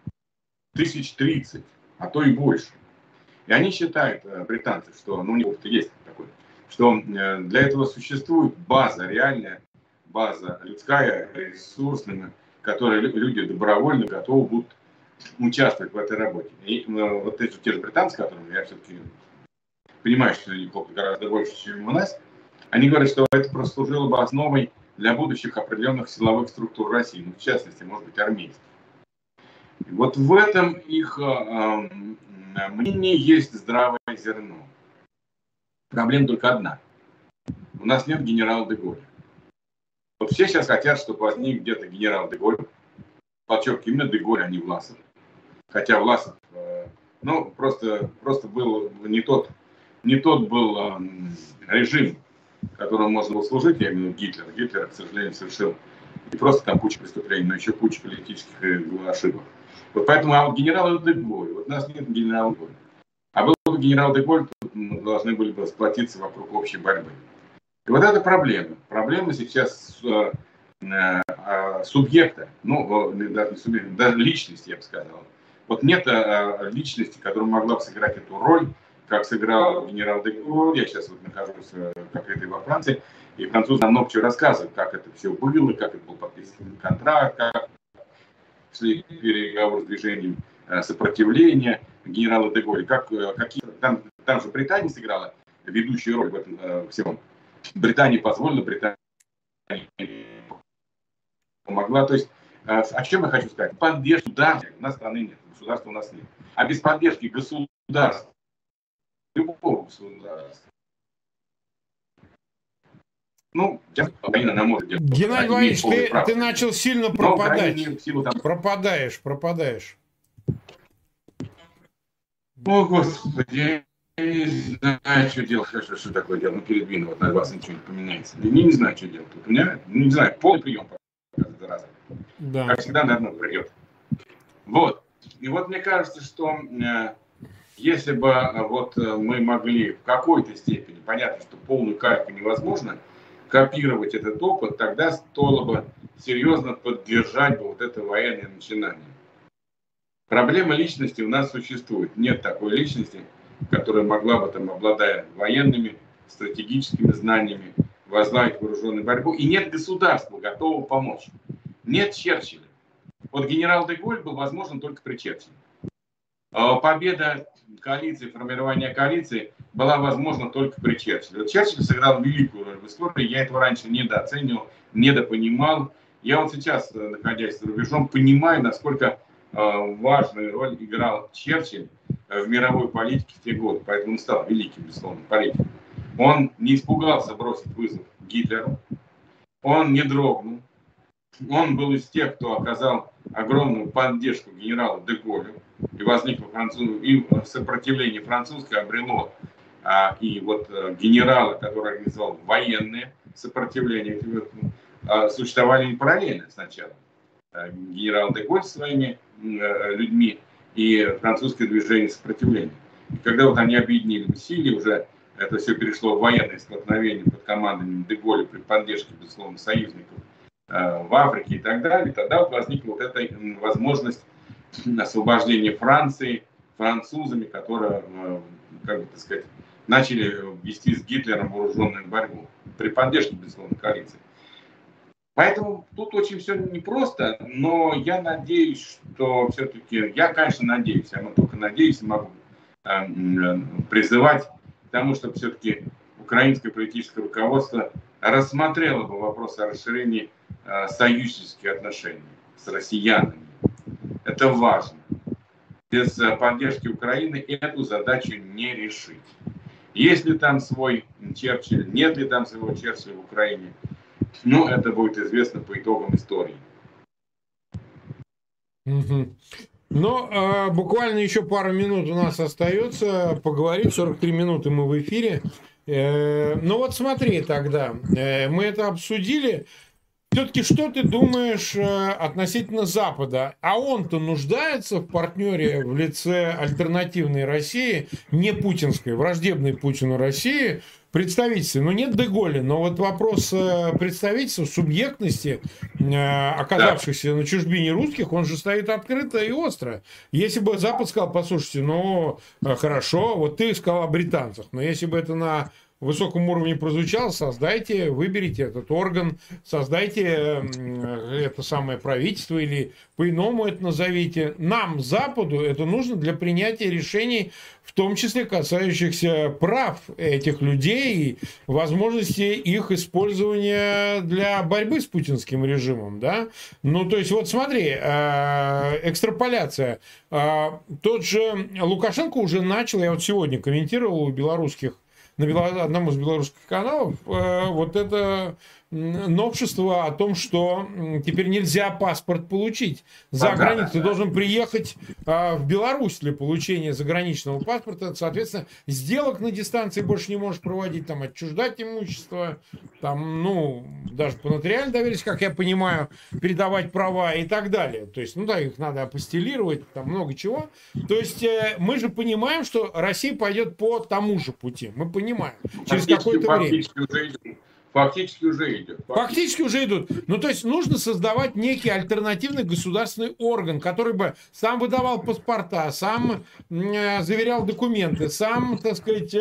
1030, а то и больше. И они считают, британцы, что, у них есть такой, что для этого существует база, реальная база людская, ресурсная, которой люди добровольно готовы будут участвовать в этой работе. И вот те же британцы, которым я все-таки понимаю, что они гораздо больше, чем у нас, они говорят, что это послужило бы основой для будущих определенных силовых структур России, в частности, может быть, армейских. И вот в этом их мнении есть здравое зерно. Проблема только одна. У нас нет генерала де Голля. Вот все сейчас хотят, чтобы возник где-то генерал де Голль. Подчеркиваю, именно де Голль, а не Власов. Хотя Власов, просто был не тот был режим, которому можно было служить, я имею в виду Гитлер. Гитлер, к сожалению, совершил не просто там кучу преступлений, но еще кучу политических ошибок. Вот поэтому, а вот генерал де Голль, вот у нас нет генерала де Голля. А был бы генерал де Голль, мы должны были бы сплотиться вокруг общей борьбы. И вот это проблема. Проблема сейчас субъекта, ну, даже не субъекта, даже личности, я бы сказал. Вот нет личности, которая могла бы сыграть эту роль, как сыграл генерал де Голль. Я сейчас вот нахожусь как это во Франции, и французы нам много чего рассказывают, как это все было, как это был подписан контракт, как шли переговоры с движением сопротивления генерала де Голля, там же Британия сыграла ведущую роль в этом всем. Британия позволила, Британия помогла. То есть, о чем я хочу сказать? Поддержки государства у нас страны нет, государства у нас нет. А без поддержки государства, любого государства, ну, Украина нам может делать. Геннадий Владимирович, ты начал сильно пропадать. Пропадаешь. О, Господи, я не знаю, что делать. Что такое делать? Ну, передвину, вот на вас ничего не поменяется. Я не знаю, что делать. Тут у меня, не знаю, полный прием. Да. Как всегда, наверное, придет. Вот. И вот мне кажется, что если бы вот мы могли в какой-то степени, понятно, что полную кальку невозможно, копировать этот опыт, тогда стоило бы серьезно поддержать бы вот это военное начинание. Проблема личности у нас существует. Нет такой личности, которая могла бы, там, обладая военными, стратегическими знаниями, возглавить вооруженную борьбу. И нет государства, готового помочь. Нет Черчилля. Вот генерал де Голль был возможен только при Черчилле. Победа коалиции, формирование коалиции была возможна только при Черчилле. Вот Черчилль сыграл великую роль в истории. Я этого раньше недооценивал, недопонимал. Я вот сейчас, находясь за рубежом, понимаю, насколько важную роль играл Черчилль в мировой политике в те годы. Поэтому он стал великим, безусловно, политиком. Он не испугался бросить вызов Гитлеру. Он не дрогнул. Он был из тех, кто оказал огромную поддержку генералу де Голлю. И возникло и сопротивление французское обрело и вот генералы, которые организовал военное сопротивление, существовали не параллельно сначала. Генерал де Голль со своими людьми и французское движение сопротивления. И когда вот они объединили усилия, уже это все перешло в военное столкновение под командованием де Голля при поддержке, безусловно, союзников в Африке и так далее, тогда вот возникла вот эта возможность освобождения Франции французами, которые, как бы так сказать, начали вести с Гитлером вооруженную борьбу при поддержке, безусловно, коалиции. Поэтому тут очень все непросто, но я надеюсь, что все-таки, я, конечно, надеюсь, я только надеюсь и могу призывать к тому, чтобы все-таки украинское политическое руководство рассмотрело бы вопрос о расширении союзнических отношений с россиянами. Это важно. Без поддержки Украины эту задачу не решить. Есть ли там свой Черчилль, нет ли там своего Черчилля в Украине, ну, это будет известно по итогам истории. Но буквально еще пару минут у нас остается поговорить. 43 минуты мы в эфире. Ну вот смотри тогда, мы это обсудили. Все-таки что ты думаешь относительно Запада? А он-то нуждается в партнере в лице альтернативной России, не путинской, враждебной Путину России, представительстве. Ну, нет де Голля, но вот вопрос представительства, субъектности, оказавшихся на чужбине русских, он же стоит открыто и остро. Если бы Запад сказал, послушайте, ну, хорошо, вот ты сказал о британцах, но если бы это на высоком уровне прозвучало, создайте, выберите этот орган, создайте это самое правительство или по-иному это назовите. Нам, Западу, это нужно для принятия решений, в том числе касающихся прав этих людей и возможности их использования для борьбы с путинским режимом. Да? Ну, то есть, вот смотри, экстраполяция. Тот же Лукашенко уже начал, я вот сегодня комментировал у белорусских, на одном из белорусских каналов, вот это новшество о том, что теперь нельзя паспорт получить за границей. Ты должен приехать в Беларусь для получения заграничного паспорта. Соответственно, сделок на дистанции больше не можешь проводить, там, отчуждать имущество, там, ну, даже по нотариальной доверенности, как я понимаю, передавать права и так далее. То есть, ну да, их надо апостилировать, там много чего. То есть, мы же понимаем, что Россия пойдет по тому же пути. Мы понимаем. Через какое-то время. Фактически уже идет. Фактически уже идут. Ну, то есть, нужно создавать некий альтернативный государственный орган, который бы сам выдавал паспорта, сам заверял документы, сам, так сказать,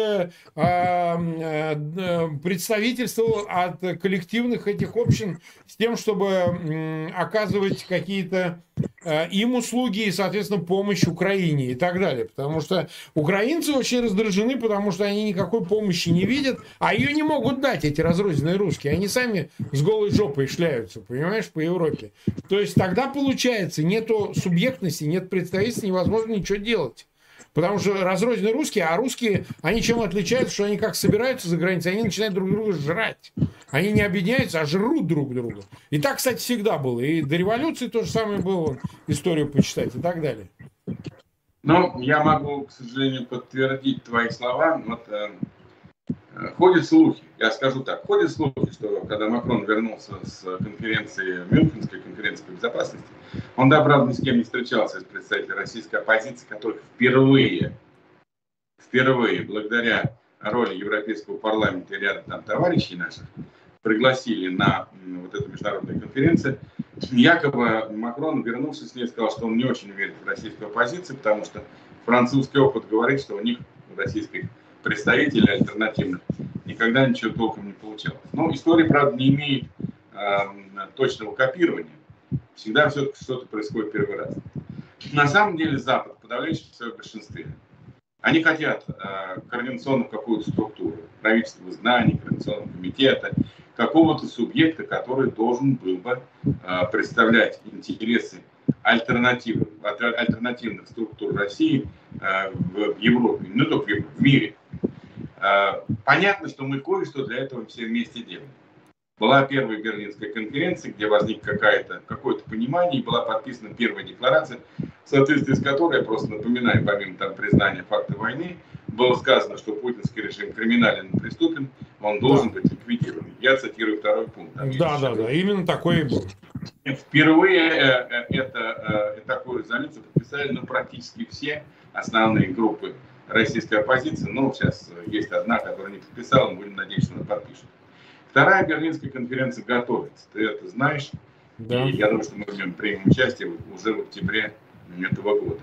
представительствовал от коллективных этих общин с тем, чтобы оказывать какие-то им услуги и, соответственно, помощь Украине и так далее. Потому что украинцы очень раздражены, потому что они никакой помощи не видят, а ее не могут дать, эти разрозненные русские. Они сами с голой жопой шляются, понимаешь, по Европе. То есть тогда, получается, нету субъектности, нет представительства, невозможно ничего делать. Потому что разрозненные русские, а русские, они чем отличаются, что они как собираются за границей, они начинают друг друга жрать. Они не объединяются, а жрут друг друга. И так, кстати, всегда было. И до революции то же самое было, историю почитать и так далее. Ну, я могу, к сожалению, подтвердить твои слова. Вот, ходят слухи, я скажу так, ходят слухи, что когда Макрон вернулся с конференции, Мюнхенской конференции по безопасности, он, да, правда, ни с кем не встречался из представителей российской оппозиции, которых впервые, благодаря роли Европейского парламента и ряда там товарищей наших, пригласили на вот эту международную конференцию. Якобы Макрон, вернувшись с ней, сказал, что он не очень верит в российскую оппозицию, потому что французский опыт говорит, что у них, у российских представителей альтернативных, никогда ничего толком не получалось. Но история, правда, не имеет точного копирования. Всегда все-таки что-то происходит первый раз. На самом деле Запад, в подавляющем своем большинстве, они хотят координационную какую-то структуру, правительство знаний, координационного комитета, какого-то субъекта, который должен был бы представлять интересы альтернативных структур России в Европе, не только в Европе, в мире. Понятно, что мы кое-что для этого все вместе делаем. Была первая Берлинская конференция, где возник какое-то понимание, и была подписана первая декларация, в соответствии с которой, я просто напоминаю, помимо там признания факта войны, было сказано, что путинский режим криминален и преступен, он должен быть ликвидирован. Я цитирую второй пункт. Да, именно такой и был. Впервые такую резолюцию подписали практически все основные группы российской оппозиции. Но сейчас есть одна, которая не подписала, мы будем надеяться, что она подпишет. Вторая Берлинская конференция готовится, ты это знаешь. Да. И я думаю, что мы в нем примем участие уже в октябре этого года.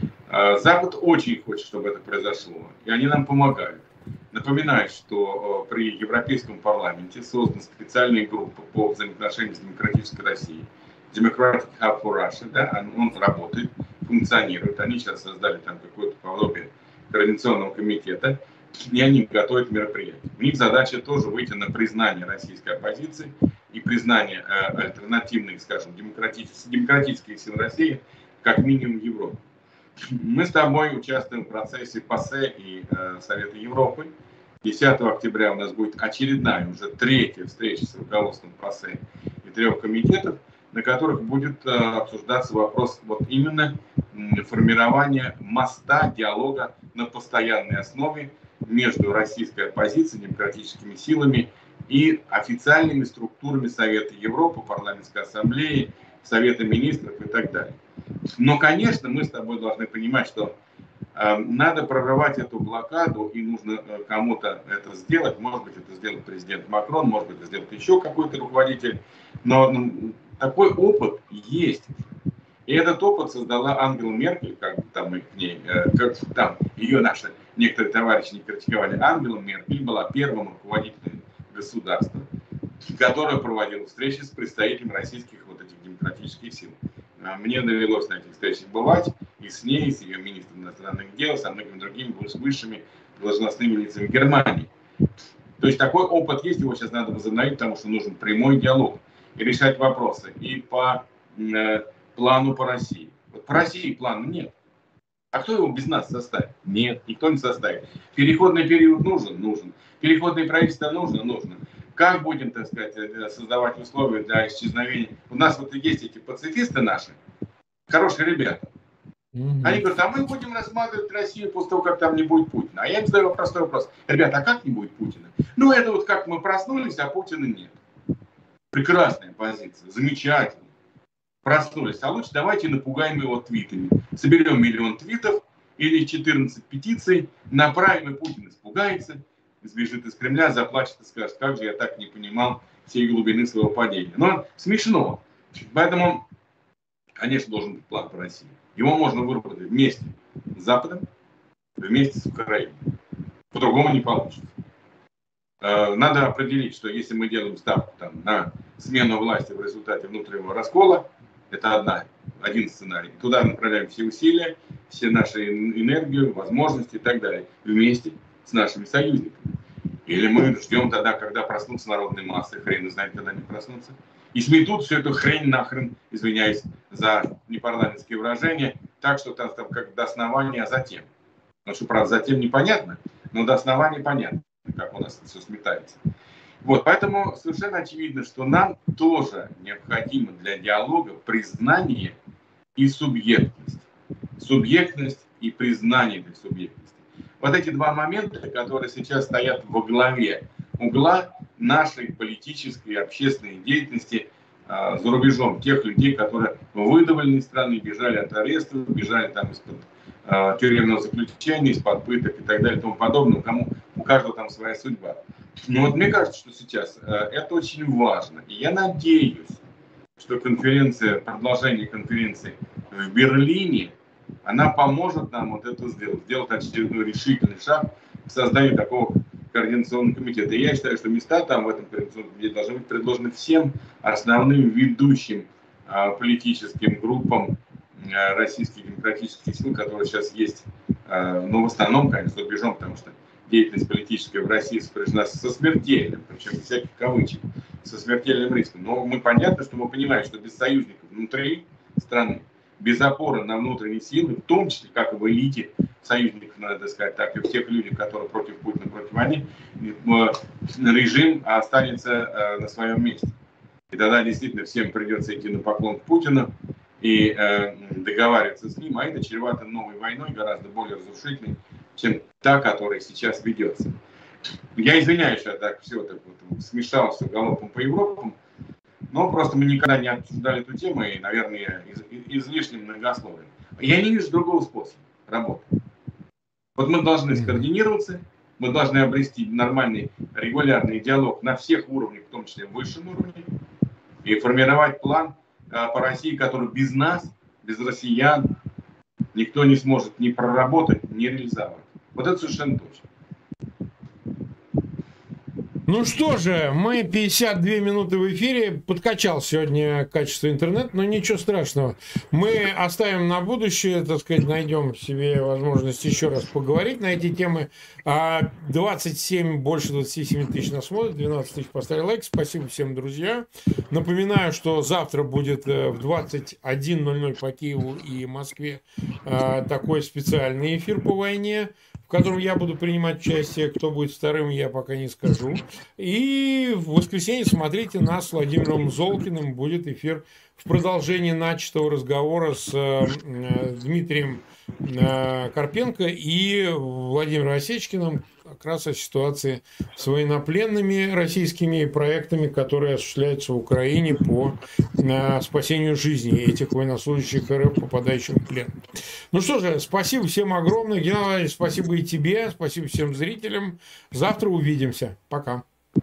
Запад очень хочет, чтобы это произошло, и они нам помогают. Напоминаю, что при Европейском парламенте создана специальная группа по взаимоотношениям с демократической Россией. Democratic Hub for Russia, да, он работает, функционирует. Они сейчас создали там какое-то подобие координационного комитета, и они готовят мероприятия. У них задача тоже выйти на признание российской оппозиции и признание альтернативных, скажем, демократических сил России, как минимум в Европе. Мы с тобой участвуем в процессе ПАСЕ и Совета Европы. 10 октября у нас будет очередная, уже третья встреча с руководством ПАСЕ и 3 комитетов, на которых будет обсуждаться вопрос вот именно формирования моста, диалога на постоянной основе между российской оппозицией, демократическими силами и официальными структурами Совета Европы, Парламентской ассамблеи, Совета министров и так далее. Но, конечно, мы с тобой должны понимать, что надо прорывать эту блокаду, и нужно кому-то это сделать. Может быть, это сделает президент Макрон, может быть, это сделает еще какой-то руководитель. Но такой опыт есть. И этот опыт создала Ангела Меркель, как там мы к ней, там ее наши некоторые товарищи не критиковали. Ангела Меркель была первым руководителем государства, которая проводила встречи с представителями российских вот этих демократических сил. Мне довелось на этих встречах бывать и с ней, и с ее министром иностранных дел, со многими другими высшими должностными лицами Германии. То есть такой опыт есть, его сейчас надо возобновить, потому что нужен прямой диалог и решать вопросы и по плану по России. Вот по России плана нет. А кто его без нас составит? Нет, никто не составит. Переходный период нужен? Нужен. Переходное правительство нужно? Нужно. как будем, так сказать, создавать условия для исчезновения. У нас вот есть эти пацифисты наши, хорошие ребята. Они говорят, а мы будем рассматривать Россию после того, как там не будет Путина. А я им задаю простой вопрос. Ребята, а как не будет Путина? Ну, это вот как мы проснулись, а Путина нет. Прекрасная позиция, замечательно. Проснулись. А лучше давайте напугаем его твитами. Соберем 1 миллион твитов или 14 петиций, направим, и Путин испугается, сбежит из Кремля, заплачет и скажет, как же я так не понимал всей глубины своего падения. Но смешно. Поэтому, конечно, должен быть план по России. Его можно выработать вместе с Западом, вместе с Украиной. По-другому не получится. Надо определить, что если мы делаем ставку там, на смену власти в результате внутреннего раскола, это один сценарий. Туда направляем все усилия, все наши энергию, возможности и так далее. Вместе с нашими союзниками. Или мы ждем тогда, когда проснутся народные массы, хрен знает, когда они проснутся, и сметут всю эту хрень нахрен, извиняюсь за непарламентские выражения, так что там как до основания, а затем. Потому что, правда, затем непонятно, но до основания понятно, как у нас это все сметается. Вот, поэтому совершенно очевидно, что нам тоже необходимо для диалога признание и субъектность. Субъектность и признание этой субъектности. Вот эти два момента, которые сейчас стоят во главе угла нашей политической и общественной деятельности за рубежом. Тех людей, которые выдавлены из страны, бежали от арестов, бежали там из-под тюремного заключения, из-под пыток и так далее и тому подобное. У каждого там своя судьба. Но вот мне кажется, что сейчас это очень важно. И я надеюсь, что продолжение конференции в Берлине, она поможет нам вот это сделать очередной решительный шаг к созданию такого координационного комитета. И я считаю, что места там в этом координационном комитете должны быть предложены всем основным ведущим политическим группам российских демократических сил, которые сейчас есть, но в основном, конечно, за рубежом, потому что деятельность политическая в России сопряжена со смертельным, причем без всяких кавычек, со смертельным риском. Но понятно, что мы понимаем, что без союзников внутри страны, без опоры на внутренние силы, в том числе, как и в элите союзников, надо сказать, так и в тех людях, которые против Путина, против войны, режим останется на своем месте. И тогда действительно всем придется идти на поклон к Путину и договариваться с ним, а это чревато новой войной, гораздо более разрушительной, чем та, которая сейчас ведется. Я извиняюсь, что я так все так вот смешался галопом по Европам, но просто мы никогда не обсуждали эту тему и, наверное, излишним многословием. Я не вижу другого способа работы. Вот мы должны скоординироваться, мы должны обрести нормальный регулярный диалог на всех уровнях, в том числе в высшем уровне, и формировать план по России, который без нас, без россиян, никто не сможет ни проработать, ни реализовать. Вот это совершенно точно. Ну что же, мы 52 минуты в эфире. Подкачал сегодня качество интернета, но ничего страшного. Мы оставим на будущее, так сказать, найдем себе возможность еще раз поговорить на эти темы. 27, больше 27 тысяч нас смотрят, 12 тысяч поставили лайк. Спасибо всем, друзья. Напоминаю, что завтра будет в 21:00 по Киеву и Москве такой специальный эфир по войне, в котором я буду принимать участие. Кто будет вторым, я пока не скажу. И в воскресенье смотрите нас с Владимиром Золкиным. Будет эфир в продолжении начатого разговора с Дмитрием Карпенко и Владимиром Осечкиным как раз о ситуации с военнопленными российскими проектами, которые осуществляются в Украине по спасению жизни этих военнослужащих РФ, попадающих в плен. Ну что же, спасибо всем огромное. Геннадий, спасибо и тебе, спасибо всем зрителям. Завтра увидимся. Пока.